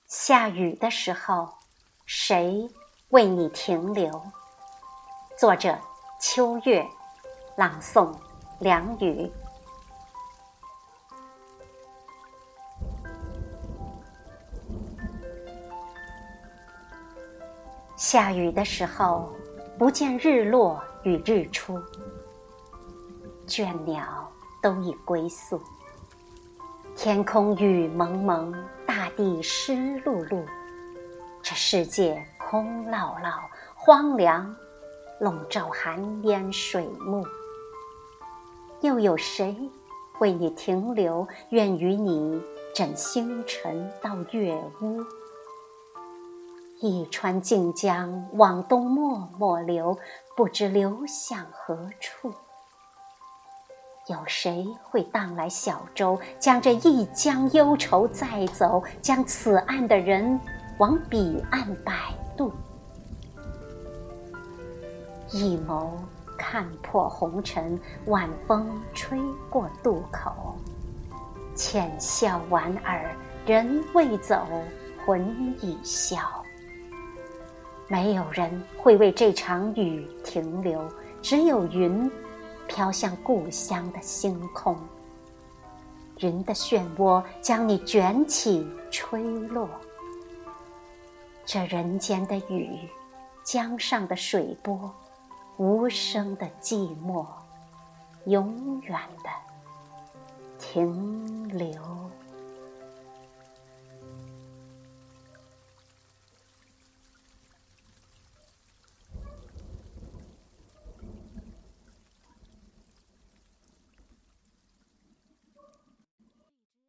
下雨的时候，谁为你停留？作者：秋月，朗诵：梁宇。下雨的时候，不见日落与日出，倦鸟都已归宿，天空雨蒙蒙，大地湿漉漉，这世界空落落，荒凉，笼罩寒烟水幕。又有谁为你停留，愿与你枕星辰到月屋？一川静江往东默默流，不知流向何处。有谁会荡来小舟，将这一江忧愁载走，将此岸的人往彼岸摆渡？一眸看破红尘，晚风吹过渡口，浅笑莞尔，人未走，魂已消。没有人会为这场雨停留，只有云飘向故乡的星空。云的漩涡将你卷起吹落。这人间的雨，江上的水波，无声的寂寞，永远的停留。